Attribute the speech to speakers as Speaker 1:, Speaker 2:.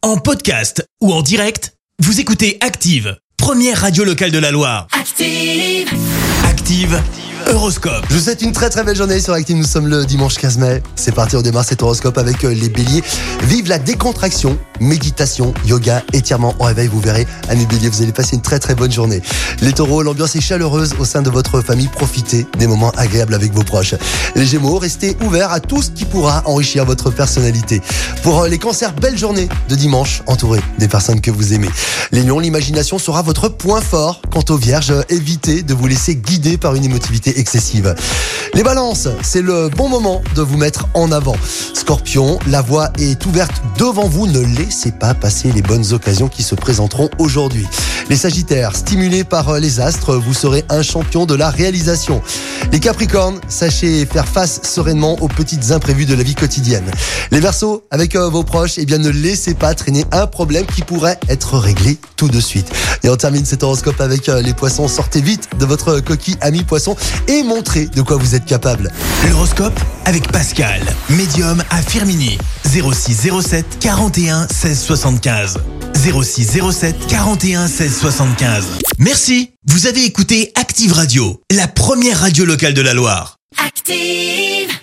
Speaker 1: En podcast ou en direct, vous écoutez Active, première radio locale de la Loire. Active, Active Horoscope.
Speaker 2: Je vous souhaite une très très belle journée sur Active. Nous sommes le dimanche 15 mai. C'est parti, on démarre cet horoscope avec les béliers. Vive la décontraction, méditation, yoga, étirement au réveil. Vous verrez, amis béliers, vous allez passer une très très bonne journée. Les taureaux, l'ambiance est chaleureuse au sein de votre famille. Profitez des moments agréables avec vos proches. Les gémeaux, restez ouverts à tout ce qui pourra enrichir votre personnalité. Pour les cancers, belle journée de dimanche, entouré des personnes que vous aimez. Les lions, l'imagination sera votre point fort. Quant aux vierges, évitez de vous laisser guider par une émotivité excessive. Les balances, c'est le bon moment de vous mettre en avant. Scorpion, la voie est ouverte devant vous. Ne laissez pas passer les bonnes occasions qui se présenteront aujourd'hui. Les sagittaires, stimulés par les astres, vous serez un champion de la réalisation. Les capricornes, sachez faire face sereinement aux petites imprévues de la vie quotidienne. Les verseaux, avec vos proches, ne laissez pas traîner un problème qui pourrait être réglé tout de suite. Et on termine cet horoscope avec les poissons. Sortez vite de votre coquille, amis poissons, et montrez de quoi vous êtes capable.
Speaker 1: L'horoscope avec Pascal, médium à Firminy, 06 07 41 16 75. 06 07 41 16 75. Merci, vous avez écouté Active Radio, la première radio locale de la Loire.
Speaker 3: Active!